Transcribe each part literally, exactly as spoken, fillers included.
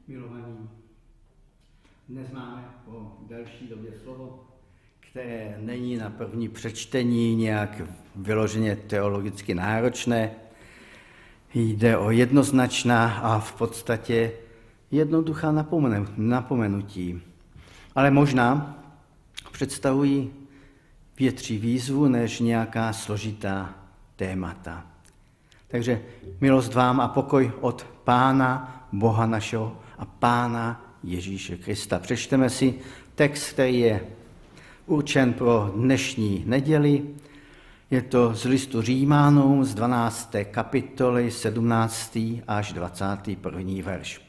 Milovaní, dnes máme po delší době slovo, které není na první přečtení nějak vyloženě teologicky náročné. Jde o jednoznačná a v podstatě jednoduchá napomenutí. Ale možná představují větší výzvu než nějaká složitá témata. Takže milost vám a pokoj od Pána, Boha našeho a Pána Ježíše Krista. Přečteme si text, který je určen pro dnešní neděli. Je to z listu Římanům z dvanácté kapitoly, sedmnáctý až dvacátý první verš.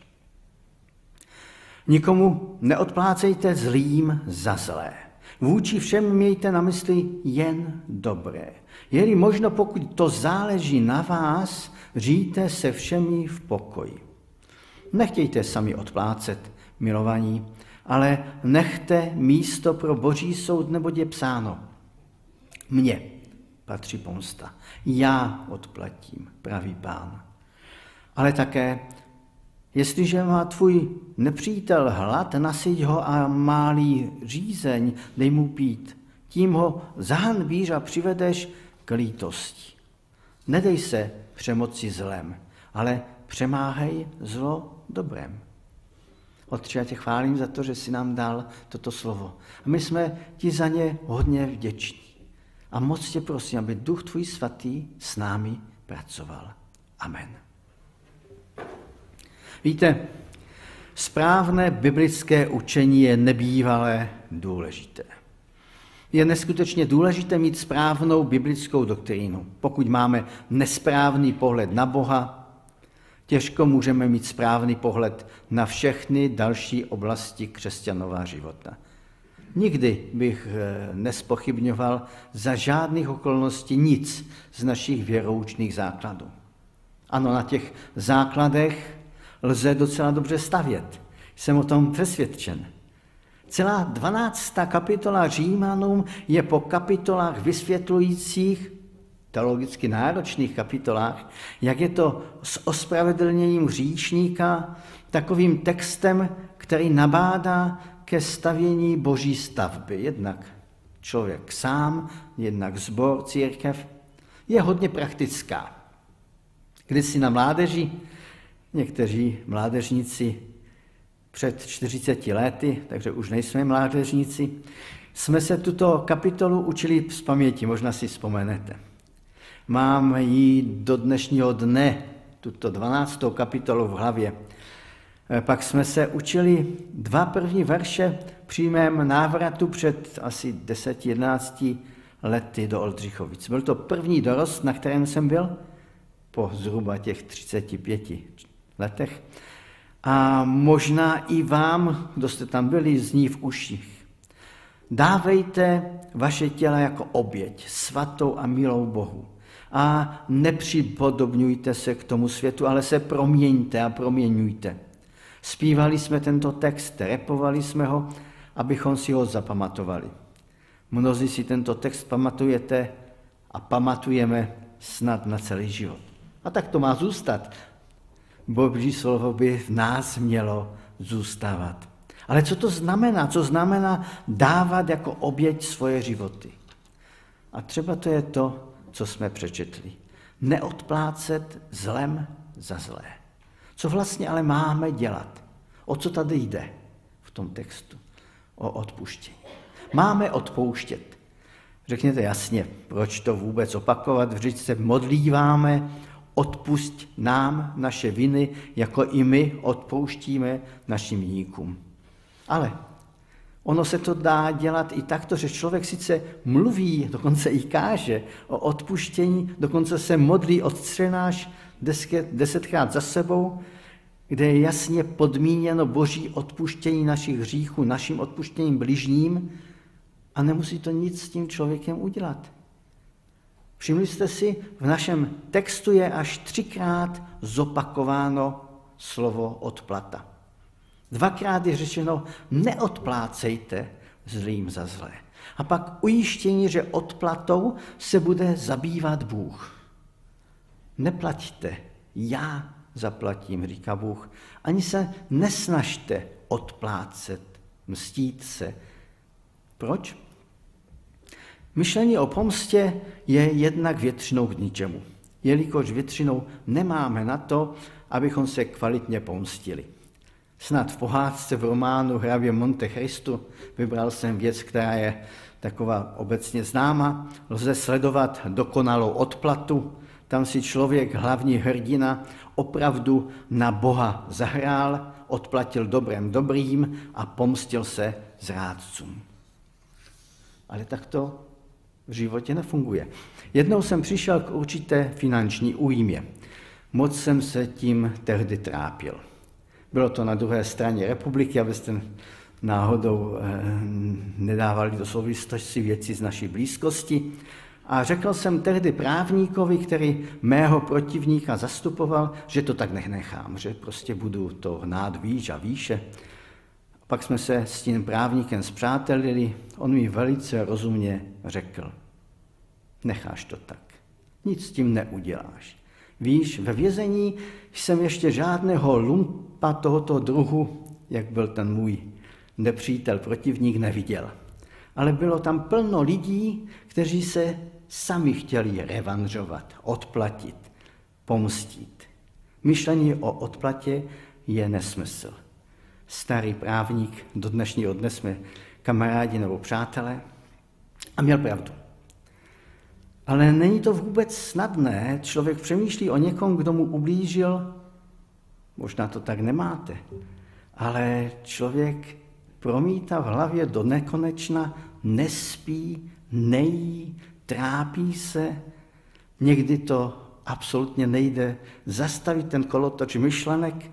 Nikomu neodplácejte zlým za zlé. Vůči všem mějte na mysli jen dobré. Je-li možno, pokud to záleží na vás, žijte se všemi v pokoji. Nechtějte sami odplácet, milovaní, ale nechte místo pro Boží soud, neboť je psáno. Mně patří pomsta, já odplatím, pravý Pán. Ale také, jestliže má tvůj nepřítel hlad, nasyť ho a má-li řízeň, dej mu pít. Tím ho zahanbíš a přivedeš k lítosti. Nedej se přemoci zlem, ale přemáhej zlo dobrem. Otče, já tě chválím za to, že jsi nám dal toto slovo. A my jsme ti za ně hodně vděční. A moc tě prosím, aby Duch tvůj svatý s námi pracoval. Amen. Víte, správné biblické učení je nebývalé důležité. Je neskutečně důležité mít správnou biblickou doktrínu. Pokud máme nesprávný pohled na Boha, těžko můžeme mít správný pohled na všechny další oblasti křesťanova života. Nikdy bych nespochybňoval za žádných okolností nic z našich věroučných základů. Ano, na těch základech lze docela dobře stavět. Jsem o tom přesvědčen. Celá dvanáctá kapitola Římanům je po kapitolách vysvětlujících, teologicky náročných kapitolách, jak je to s ospravedlněním hříšníka, takovým textem, který nabádá ke stavění Boží stavby. Jednak člověk sám, jednak sbor, církev. Je hodně praktická. Kdysi na mládeži, někteří mládežníci před čtyřiceti lety, takže už nejsme mládežníci, jsme se tuto kapitolu učili z paměti, možná si vzpomenete. Mám ji do dnešního dne, tuto dvanáctou kapitolu v hlavě. Pak jsme se učili dva první verše při mém návratu před asi deset jedenácti lety do Oldřichovic. Byl to první dorost, na kterém jsem byl, po zhruba těch třiceti pěti letech. A možná i vám, kdo jste tam byli, zní v uších. Dávejte vaše těla jako oběť, svatou a milou Bohu. A nepřipodobňujte se k tomu světu, ale se proměňte a proměňujte. Zpívali jsme tento text, repovali jsme ho, abychom si ho zapamatovali. Mnozí si tento text pamatujete a pamatujeme snad na celý život. A tak to má zůstat. Boží slovo by v nás mělo zůstávat. Ale co to znamená? Co znamená dávat jako oběť svoje životy? A třeba to je to, co jsme přečetli. Neodplácet zlem za zlé. Co vlastně ale máme dělat? O co tady jde v tom textu? O odpuštění. Máme odpouštět. Řekněte jasně, proč to vůbec opakovat? Vždyť se modlíváme, odpusť nám naše viny, jako i my odpouštíme našim viníkům. Ale ono se to dá dělat i takto, že člověk sice mluví, dokonce i káže o odpuštění, dokonce se modlí od třenáš desetkrát za sebou, kde je jasně podmíněno Boží odpuštění našich hříchů, naším odpuštěním bližním a nemusí to nic s tím člověkem udělat. Všimli jste si, v našem textu je až třikrát zopakováno slovo odplata. Dvakrát je řečeno, neodplácejte zlým za zlé. A pak ujištění, že odplatou se bude zabývat Bůh. Neplaťte, já zaplatím, říká Bůh. Ani se nesnažte odplácet, mstít se. Proč? Myšlení o pomstě je jednak většinou k ničemu, jelikož většinou nemáme na to, abychom se kvalitně pomstili. Snad v pohádce v románu Hrabě Monte Cristo vybral jsem věc, která je taková obecně známa. Lze sledovat dokonalou odplatu. Tam si člověk, hlavní hrdina, opravdu na Boha zahrál, odplatil dobrem dobrým a pomstil se zrádcům. Ale tak to v životě nefunguje. Jednou jsem přišel k určité finanční újmě. Moc jsem se tím tehdy trápil. Bylo to na druhé straně republiky, abyste náhodou eh, nedávali do souvislosti věci z naší blízkosti. A řekl jsem tehdy právníkovi, který mého protivníka zastupoval, že to tak nechám, že prostě budu to hnát výš a výše. Pak jsme se s tím právníkem spřátelili, on mi velice rozumně řekl, necháš to tak, nic s tím neuděláš. Víš, ve vězení jsem ještě žádného lumpa tohoto druhu, jak byl ten můj nepřítel, protivník, neviděl. Ale bylo tam plno lidí, kteří se sami chtěli revanžovat, odplatit, pomstit. Myšlení o odplatě je nesmysl. Starý právník, do dnešního dne jsme kamarádi nebo přátelé, a měl pravdu. Ale není to vůbec snadné. Člověk přemýšlí o někom, kdo mu ublížil. Možná to tak nemáte. Ale člověk promítá v hlavě do nekonečna, nespí, nejí, trápí se. Někdy to absolutně nejde zastavit ten kolotoč myšlenek.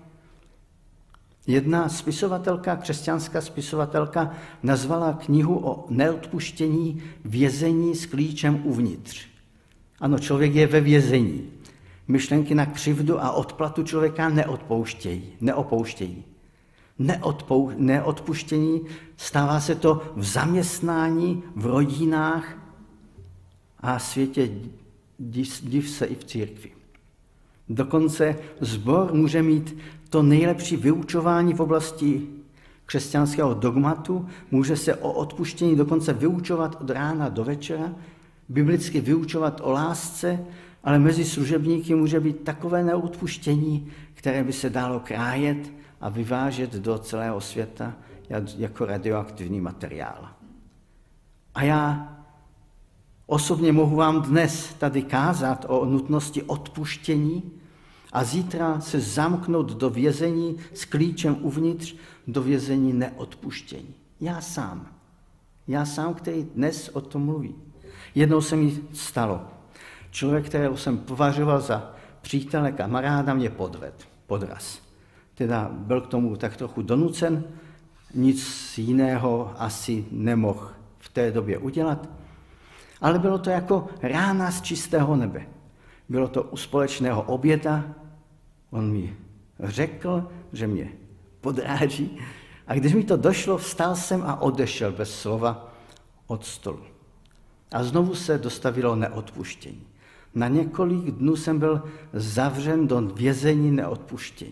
Jedna spisovatelka, křesťanská spisovatelka, nazvala knihu o neodpuštění vězení s klíčem uvnitř. Ano, člověk je ve vězení. Myšlenky na křivdu a odplatu člověka neodpouštějí, neopouštějí. Neodpou, neodpuštění stává se to v zaměstnání, v rodinách a světě div, div se i v církvi. Dokonce sbor může mít to nejlepší vyučování v oblasti křesťanského dogmatu, může se o odpuštění dokonce vyučovat od rána do večera, biblicky vyučovat o lásce, ale mezi služebníky může být takové neodpuštění, které by se dalo krájet a vyvážet do celého světa jako radioaktivní materiál. A já osobně mohu vám dnes tady kázat o nutnosti odpuštění a zítra se zamknout do vězení s klíčem uvnitř, do vězení neodpuštění. Já sám. Já sám, který dnes o tom mluví. Jednou se mi stalo. Člověk, kterého jsem považoval za přítele, kamaráda, mě podvedl, podraz. Teda byl k tomu tak trochu donucen, nic jiného asi nemohl v té době udělat, ale bylo to jako rána z čistého nebe. Bylo to u společného oběda, on mi řekl, že mě podráží, a když mi to došlo, vstal jsem a odešel bez slova od stolu. A znovu se dostavilo neodpuštění. Na několik dnů jsem byl zavřen do vězení neodpuštění.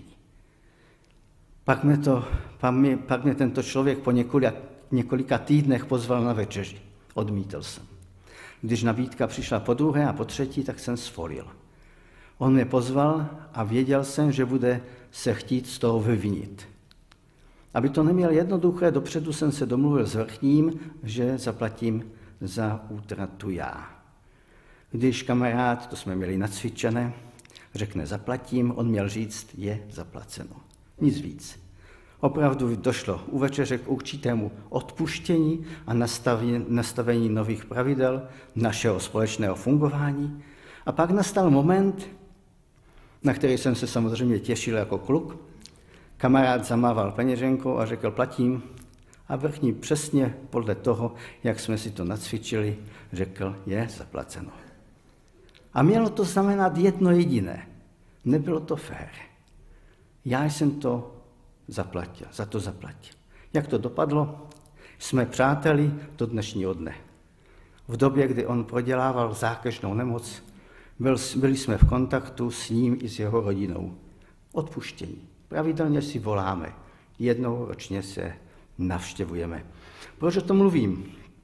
Pak mě, to, pak mě, pak mě tento člověk po několika, několika týdnech pozval na večeři. Odmítl jsem. Když nabídka přišla po druhé a po třetí, tak jsem svolil. On mě pozval a věděl jsem, že bude se chtít z toho vyvinit. Aby to neměl jednoduché, dopředu jsem se domluvil s vrchním, že zaplatím za útratu já. Když kamarád, to jsme měli nacvičené, řekne zaplatím, on měl říct je zaplaceno. Nic víc. Opravdu došlo u večeře k určitému odpuštění a nastavení, nastavení nových pravidel našeho společného fungování. A pak nastal moment, na který jsem se samozřejmě těšil jako kluk. Kamarád zamával peněženkou a řekl platím. A vrchní přesně podle toho, jak jsme si to nacvičili, řekl je zaplaceno. A mělo to znamenat jedno jediné. Nebylo to fér. Já jsem to zaplatil, za to zaplatil. Jak to dopadlo? Jsme přáteli do dnešního dne. V době, kdy on prodělával zákeřnou nemoc, byl, byli jsme v kontaktu s ním i s jeho rodinou. Odpuštění. Pravidelně si voláme. Jednou ročně se navštěvujeme. Proč o tom mluvím?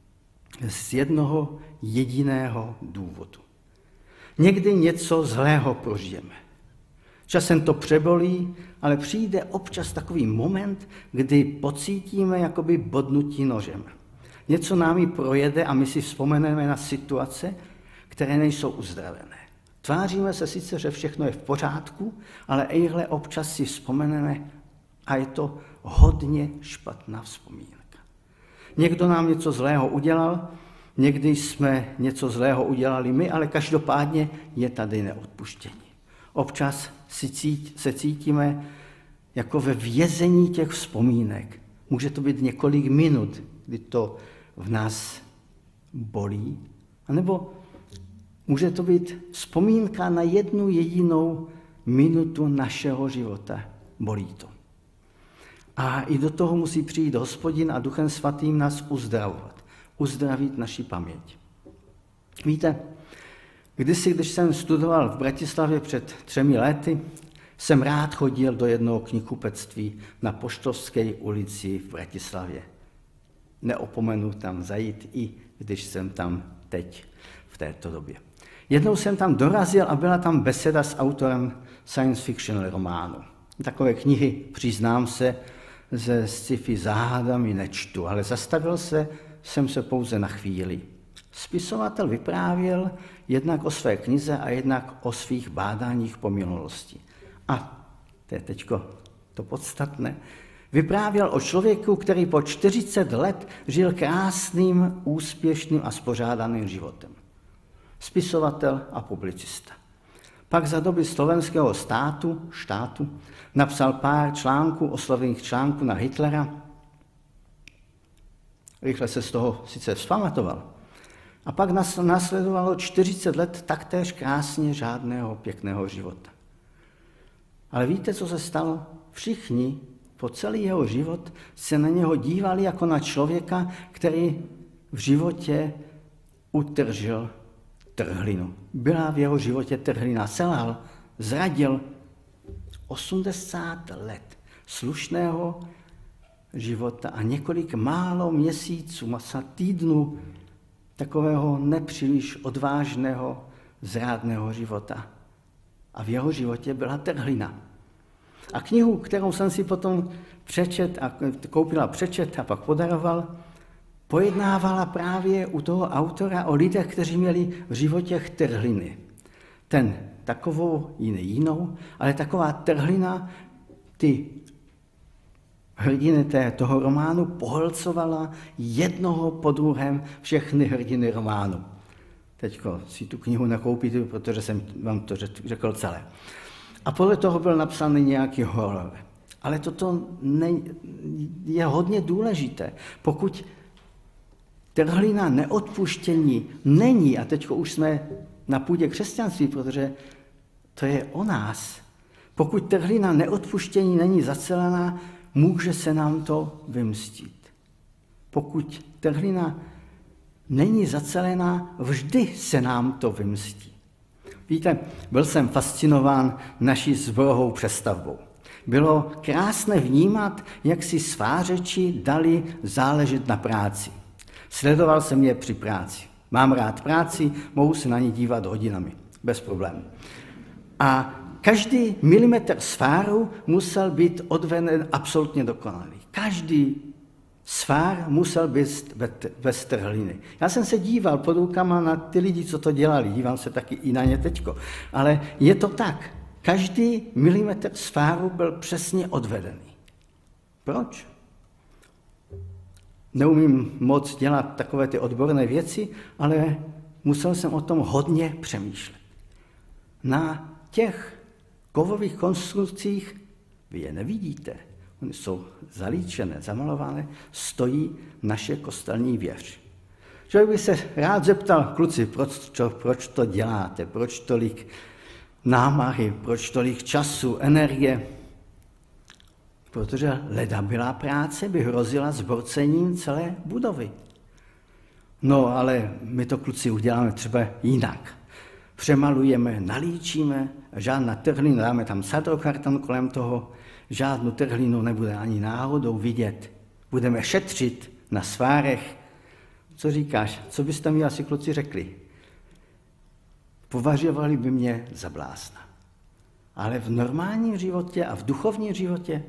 Z jednoho jediného důvodu. Někdy něco zlého prožijeme. Časem to přebolí, ale přijde občas takový moment, kdy pocítíme jakoby bodnutí nožem. Něco námi projede a my si vzpomeneme na situace, které nejsou uzdravené. Tváříme se sice, že všechno je v pořádku, ale ejhle občas si vzpomeneme a je to hodně špatná vzpomínka. Někdo nám něco zlého udělal, někdy jsme něco zlého udělali my, ale každopádně je tady neodpuštění. Občas si cít, se cítíme jako ve vězení těch vzpomínek. Může to být několik minut, kdy to v nás bolí, anebo může to být vzpomínka na jednu jedinou minutu našeho života. Bolí to. A i do toho musí přijít Hospodin a Duchem Svatým nás uzdravovat. Uzdravit naši paměť. Víte, kdysi, když jsem studoval v Bratislavě před třemi lety, jsem rád chodil do jednoho knihkupectví na Poštovské ulici v Bratislavě. Neopomenu tam zajít, i když jsem tam teď v této době. Jednou jsem tam dorazil a byla tam beseda s autorem science fiction románu. Takové knihy, přiznám se, ze sci-fi záhadami nečtu, ale zastavil se, jsem se pouze na chvíli. Spisovatel vyprávěl jednak o své knize a jednak o svých bádáních po minulosti. A to je teďko to podstatné. Vyprávěl o člověku, který po čtyřicet let žil krásným, úspěšným a spořádaným životem. Spisovatel a publicista. Pak za doby slovenského státu, štátu napsal pár článků, oslovených článků na Hitlera. Rychle se z toho sice vzpamatoval. A pak následovalo čtyřicet let taktéž krásně žádného pěkného života. Ale víte, co se stalo? Všichni po celý jeho život se na něho dívali jako na člověka, který v životě utržil trhlinu. Byla v jeho životě trhlina, selhal, zradil osmdesát let slušného života a několik málo měsíců, masa týdnů takového nepříliš odvážného, zrádného života. A v jeho životě byla trhlina. A knihu, kterou jsem si potom přečet a koupila přečet a pak podaroval, pojednávala právě u toho autora o lidech, kteří měli v životě trhliny. Ten takovou, jiný jinou, ale taková trhlina ty hrdiny té, toho románu pohlcovala jednoho po druhém všechny hrdiny románu. Teďko si tu knihu nakoupíte, protože jsem vám to řekl celé. A podle toho byl napsaný nějaký horor. Ale toto ne, je hodně důležité. Pokud trhlina neodpuštění není, a teď už jsme na půdě křesťanství, protože to je o nás. Pokud trhlina neodpuštění není zacelená, může se nám to vymstít. Pokud trhlina není zacelená, vždy se nám to vymstí. Víte, byl jsem fascinován naší zborovou přestavbou. Bylo krásné vnímat, jak si svářeči dali záležet na práci. Sledoval jsem je při práci. Mám rád práci, mohu se na ní dívat hodinami, bez problémů. A každý milimetr sváru musel být odveden absolutně dokonalý. Každý svár musel být bez trhliny. Já jsem se díval pod rukama na ty lidi, co to dělali, dívám se taky i na ně teďko. Ale je to tak. Každý milimetr sváru byl přesně odvedený. Proč? Neumím moc dělat takové ty odborné věci, ale musel jsem o tom hodně přemýšlet. Na těch kovových konstrukcích vy je nevidíte. Oni jsou zalíčené, zamalované, stojí naše kostelní věž. Člověk by se rád zeptal, kluci, proč to, proč to děláte, proč tolik námahy, proč tolik času, energie. Protože leda byla práce, by hrozila zborcením celé budovy. No, ale my to, kluci, uděláme třeba jinak. přemalujeme, nalíčíme, žádná trhlina, dáme tam sadrokarton kolem toho, žádnou trhlinu nebude ani náhodou vidět. Budeme šetřit na svárech. Co říkáš? Co byste mi asi kluci řekli? Považovali by mě za blázna. Ale v normálním životě a v duchovním životě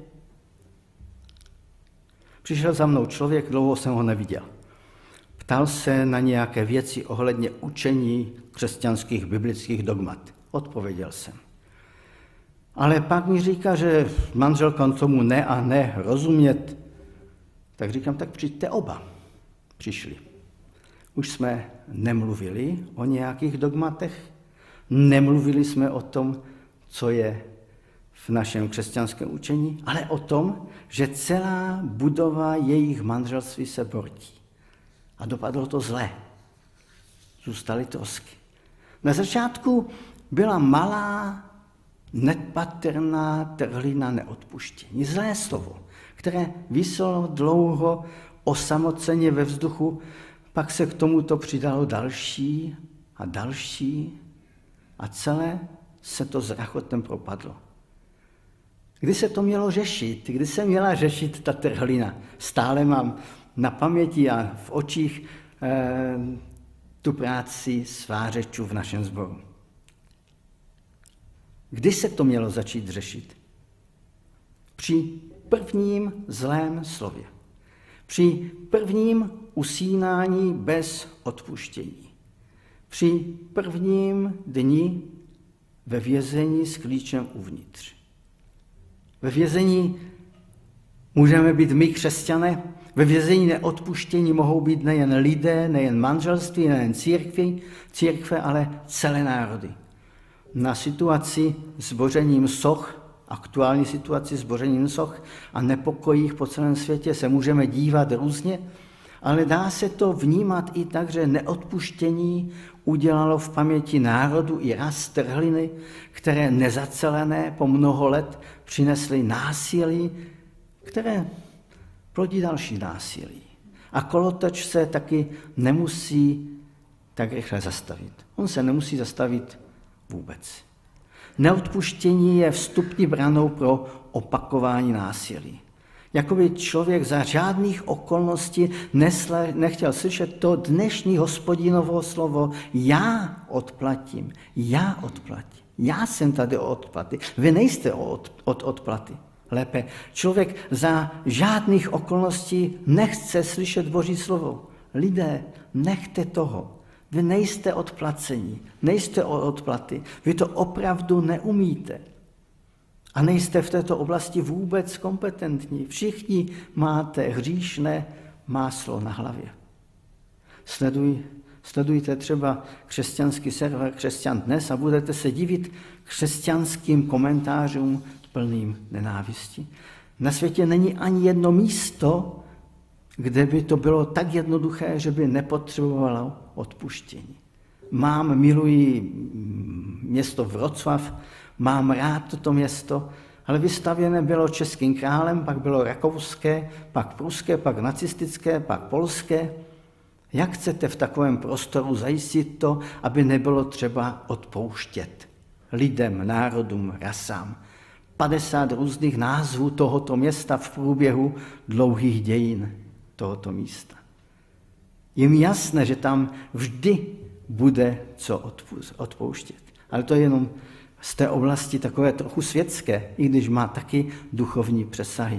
přišel za mnou člověk, dlouho jsem ho neviděl. Ptal se na nějaké věci ohledně učení křesťanských biblických dogmat. Odpověděl jsem. Ale pak mi říká, že manželka tomu ne a ne rozumět. Tak říkám, tak přijďte oba. Přišli. Už jsme nemluvili o nějakých dogmatech, nemluvili jsme o tom, co je v našem křesťanském učení, ale o tom, že celá budova jejich manželství se bortí. A dopadlo to zle. Zůstaly trosky. Na začátku byla malá, nepatrná trhlina neodpuštění. Zlé slovo, které viselo dlouho osamoceně ve vzduchu, pak se k tomuto přidalo další a další a celé se to s rachotem propadlo. Kdy se to mělo řešit? Kdy se měla řešit ta trhlina? Stále mám na paměti a v očích eh, tu práci svářečů v našem sboru. Kdy se to mělo začít řešit? Při prvním zlém slově. Při prvním usínání bez odpuštění. Při prvním dni ve vězení s klíčem uvnitř. Ve vězení můžeme být my křesťané, ve vězení neodpuštění mohou být nejen lidé, nejen manželství, nejen církve, církve, ale celé národy. Na situaci s bořením soch, aktuální situaci s bořením soch a nepokojích po celém světě se můžeme dívat různě, ale dá se to vnímat i tak, že neodpuštění udělalo v paměti národu i ras trhliny, které nezacelené po mnoho let přinesly násilí, které plodí další násilí. A kolotoč se taky nemusí tak rychle zastavit. On se nemusí zastavit vůbec. Neodpuštění je vstupní branou pro opakování násilí. Jakoby člověk za žádných okolností nesle, nechtěl slyšet to dnešní Hospodinovo slovo, já odplatím, já odplatím, já jsem tady o odplaty, vy nejste od, od odplaty. Lépe, člověk za žádných okolností nechce slyšet Boží slovo. Lidé, nechte toho. Vy nejste odplacení, nejste o odplaty, vy to opravdu neumíte. A nejste v této oblasti vůbec kompetentní. Všichni máte hříšné máslo na hlavě. Sleduj, sledujte třeba křesťanský server Křesťan dnes a budete se divit křesťanským komentářům plným nenávisti. Na světě není ani jedno místo, kde by to bylo tak jednoduché, že by nepotřebovalo odpuštění. Mám, miluji město Wrocław, mám rád toto město, ale vystavěné bylo českým králem, pak bylo rakouské, pak pruské, pak nacistické, pak polské. Jak chcete v takovém prostoru zajistit to, aby nebylo třeba odpouštět lidem, národům, rasám? padesát různých názvů tohoto města v průběhu dlouhých dějin tohoto místa. Je mi jasné, že tam vždy bude co odpouštět. Ale to je jenom z té oblasti takové trochu světské, i když má taky duchovní přesahy.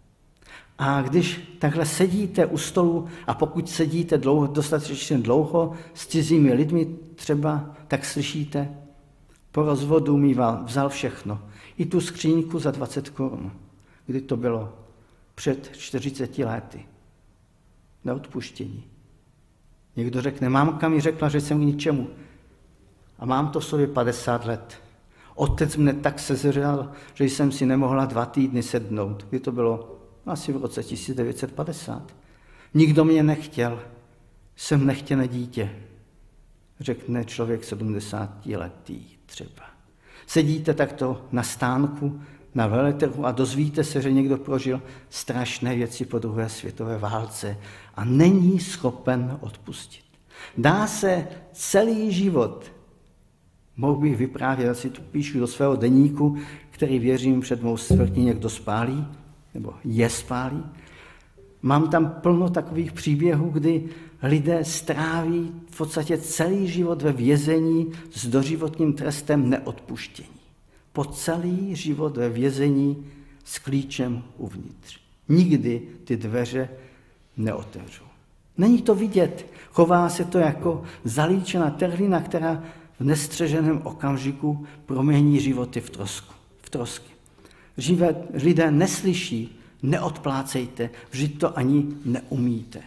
A když takhle sedíte u stolu a pokud sedíte dlouho, dostatečně dlouho s cizími lidmi třeba, tak slyšíte, po rozvodu mi vzal všechno. I tu skříňku za dvacet korun. Kdy to bylo? Před čtyřiceti lety. Neodpuštění. Někdo řekne, mámka mi řekla, že jsem k ničemu. A mám to v sobě padesát let. Otec mne tak sezeřel, že jsem si nemohla dva týdny sednout. Kdy to bylo? Asi v roce tisíc devět set padesát. Nikdo mě nechtěl. Jsem nechtěné dítě. Řekne člověk sedmdesátiletý třeba. Sedíte takto na stánku, na veletrhu a dozvíte se, že někdo prožil strašné věci po druhé světové válce a není schopen odpustit. Dá se celý život Mohl bych vyprávět, já si to píšu do svého deníku, který věřím před mou smrtí někdo spálí, nebo je spálí. Mám tam plno takových příběhů, kdy lidé stráví v podstatě celý život ve vězení s doživotním trestem neodpuštění. Po celý život ve vězení s klíčem uvnitř. Nikdy ty dveře neotevřou. Není to vidět, chová se to jako zalíčená trhlina, která v nestřeženém okamžiku promění životy v trosku, v trosky. Živé lidé neslyší, neodplácejte, vždyť to ani neumíte.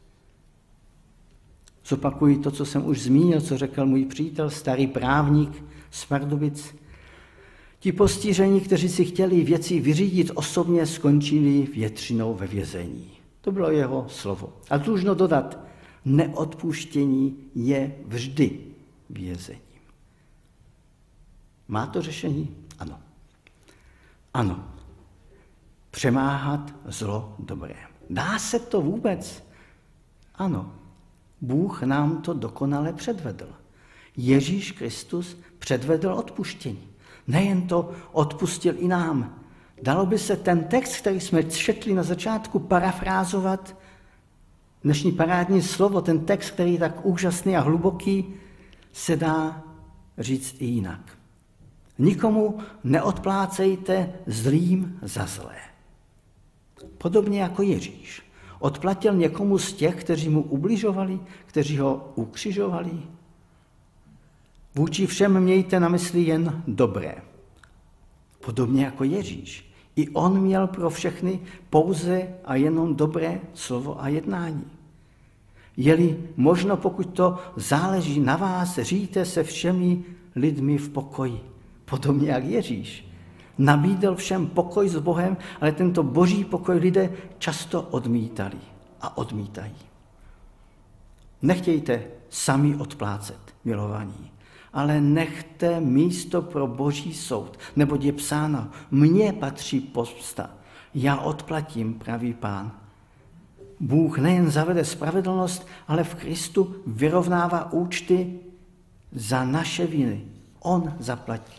Zopakuji to, co jsem už zmínil, co řekl můj přítel, starý právník z Pardubic. Ti postižení, kteří si chtěli věci vyřídit osobně, skončili většinou ve vězení. To bylo jeho slovo. A dlužno dodat, neodpuštění je vždy vězením. Má to řešení? Ano. Ano. Přemáhat zlo dobré. Dá se to vůbec? Ano. Bůh nám to dokonale předvedl. Ježíš Kristus předvedl odpuštění. Nejen to, odpustil i nám. Dalo by se ten text, který jsme četli na začátku, parafrázovat. Dnešní parádní slovo, ten text, který je tak úžasný a hluboký, se dá říct i jinak. Nikomu neodplácejte zlým za zlé. Podobně jako Ježíš. Odplatil někomu z těch, kteří mu ubližovali, kteří ho ukřižovali. Vůči všem mějte na mysli jen dobré. Podobně jako Ježíš. I on měl pro všechny pouze a jenom dobré slovo a jednání. Je-li možno, pokud to záleží na vás, žijte se všemi lidmi v pokoji. Podobně jak Ježíš. Nabídl všem pokoj s Bohem, ale tento boží pokoj lidé často odmítali a odmítají. Nechtějte sami odplácet, milovaní, ale nechte místo pro boží soud, neboť je psáno, mně patří pomsta, já odplatím, pravý Pán. Bůh nejen zavede spravedlnost, ale v Kristu vyrovnává účty za naše viny. On zaplatí.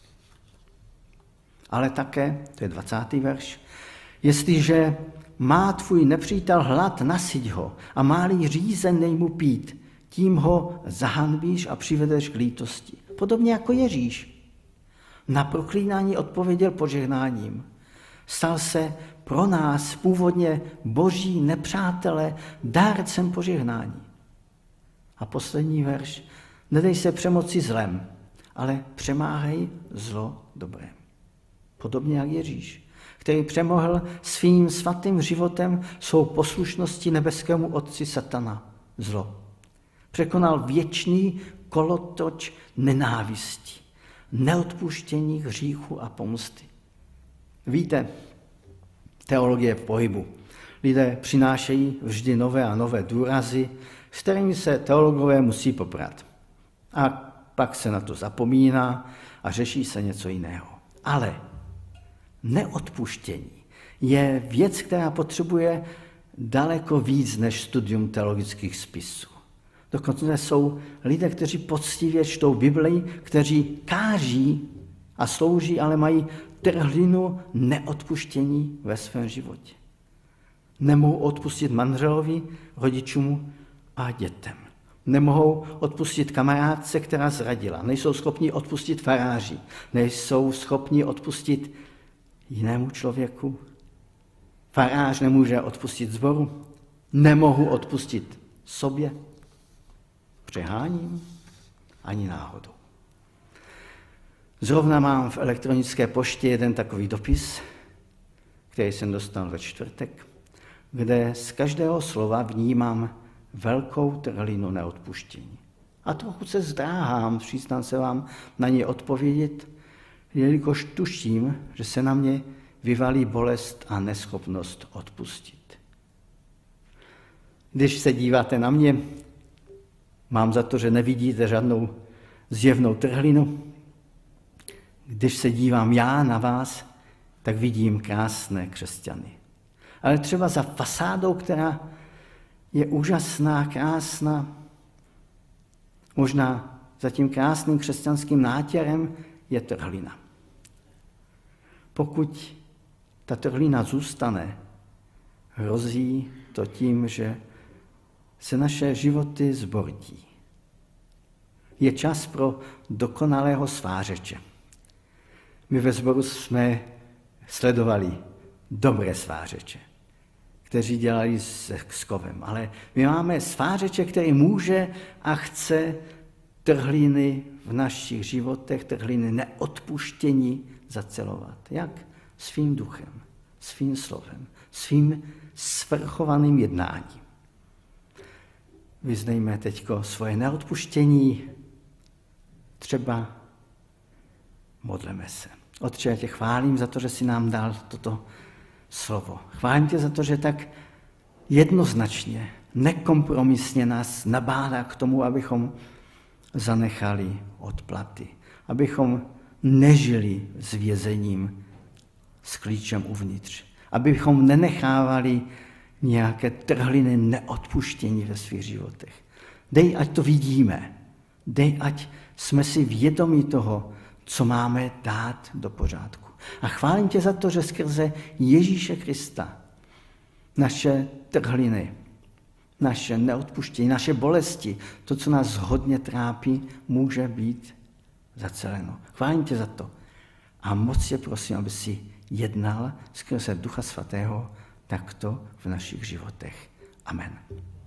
Ale také, to je dvacátý verš, jestliže má tvůj nepřítel hlad, nasyť ho a má-li řízen, nej mu pít, tím ho zahanbíš a přivedeš k lítosti. Podobně jako Ježíš. Na proklínání odpověděl požehnáním. Stal se pro nás původně boží nepřátele dárcem požehnání. A poslední verš, nedej se přemoci zlem, ale přemáhej zlo dobrém. Podobně jak Ježíš, který přemohl svým svatým životem svou poslušností nebeskému otci satana, zlo. Překonal věčný kolotoč nenávisti, neodpuštění hříchu a pomsty. Víte, teologie je v pohybu. Lidé přinášejí vždy nové a nové důrazy, s kterými se teologové musí poprat. A pak se na to zapomíná a řeší se něco jiného. Ale neodpuštění je věc, která potřebuje daleko víc než studium teologických spisů. Dokonce jsou lidé, kteří poctivě čtou Bibli, kteří káží a slouží, ale mají trhlinu neodpuštění ve svém životě. Nemohou odpustit manželovi, rodičům a dětem. Nemohou odpustit kamarádce, která zradila. Nejsou schopni odpustit faráři. Nejsou schopni odpustit jinému člověku. Farář nemůže odpustit sboru. Nemohu odpustit sobě. Přeháním ani náhodou. Zrovna mám v elektronické poště jeden takový dopis, který jsem dostal ve čtvrtek, kde z každého slova vnímám velkou trhlinu neodpuštění. A trochu se zdráhám, přiznám se vám, na ně odpovědět, jelikož tuším, že se na mě vyvalí bolest a neschopnost odpustit. Když se díváte na mě, mám za to, že nevidíte žádnou zjevnou trhlinu. Když se dívám já na vás, tak vidím krásné křesťany. Ale třeba za fasádou, která je úžasná, krásná, možná za tím krásným křesťanským nátěrem je trhlina. Pokud ta trhlina zůstane, hrozí to tím, že se naše životy zbortí. Je čas pro dokonalého svářeče. My ve sboru jsme sledovali dobré svářeče, kteří dělali s, s kovem, ale my máme svářeče, který může a chce trhliny v našich životech, trhliny neodpuštění zacelovat. Jak? Svým duchem, svým slovem, svým svrchovaným jednáním. Vyznejme teďko svoje neodpuštění, třeba modleme se. Otče, já tě chválím za to, že jsi nám dal toto slovo. Chválím tě za to, že tak jednoznačně, nekompromisně nás nabádá k tomu, abychom zanechali odplaty, abychom nežili s vězením s klíčem uvnitř, abychom nenechávali nějaké trhliny neodpuštění ve svých životech. Dej, ať to vidíme. Dej, ať jsme si vědomí toho, co máme dát do pořádku. A chválím tě za to, že skrze Ježíše Krista naše trhliny, naše neodpuštění, naše bolesti, to, co nás hodně trápí, může být zaceleno. Chválím tě za to. A moc tě prosím, aby si jednal skrze Ducha Svatého takto v našich životech. Amen.